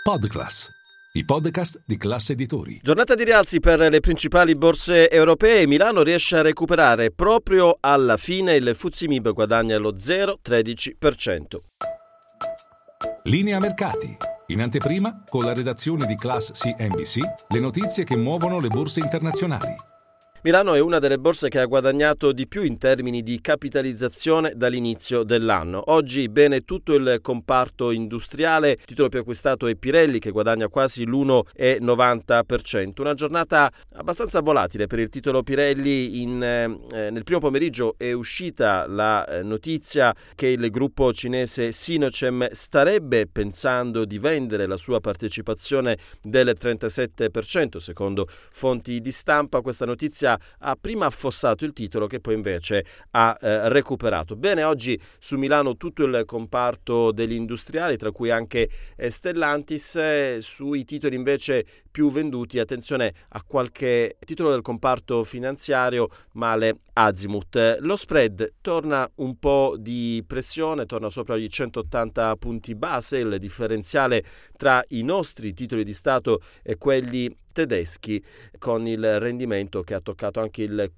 Podclass, i podcast di Class Editori. Giornata di rialzi per le principali borse europee. Milano riesce a recuperare proprio alla fine. Il FTSE MIB guadagna lo 0,13%. Linea mercati. In anteprima, con la redazione di Class CNBC, le notizie che muovono le borse internazionali. Milano è una delle borse che ha guadagnato di più in termini di capitalizzazione dall'inizio dell'anno. Oggi bene tutto il comparto industriale. Il titolo più acquistato è Pirelli, che guadagna quasi l'1,90%. Una giornata abbastanza volatile per il titolo Pirelli. Nel primo pomeriggio è uscita la notizia che il gruppo cinese Sinochem starebbe pensando di vendere la sua partecipazione del 37%. Secondo fonti di stampa, questa notizia ha prima affossato il titolo, che poi invece ha recuperato. Bene, oggi su Milano tutto il comparto degli industriali, tra cui anche Stellantis. Sui titoli invece più venduti, attenzione a qualche titolo del comparto finanziario, male Azimut. Lo spread torna un po' di pressione, torna sopra gli 180 punti base. Il differenziale tra i nostri titoli di Stato e quelli tedeschi, con il rendimento che ha toccato anche il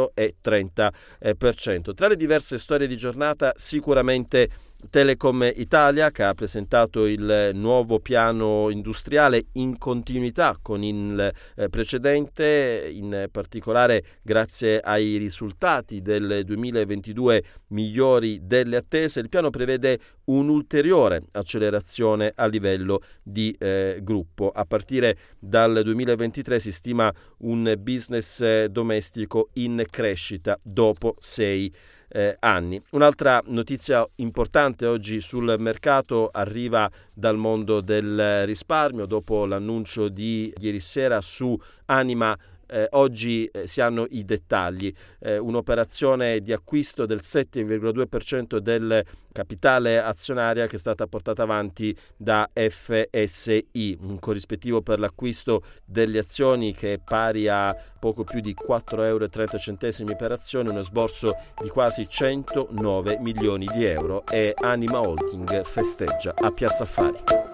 4,30%. Tra le diverse storie di giornata, sicuramente Telecom Italia, che ha presentato il nuovo piano industriale in continuità con il precedente, in particolare grazie ai risultati del 2022 migliori delle attese. Il piano prevede un'ulteriore accelerazione a livello di gruppo. A partire dal 2023 si stima un business domestico in crescita dopo 6 anni. Un'altra notizia importante oggi sul mercato arriva dal mondo del risparmio. Dopo l'annuncio di ieri sera su Anima, oggi si hanno i dettagli. Un'operazione di acquisto del 7,2% del capitale azionaria che è stata portata avanti da FSI, un corrispettivo per l'acquisto delle azioni che è pari a poco più di 4,30 euro per azione, uno esborso di quasi 109 milioni di euro, e Anima Holding festeggia a Piazza Affari.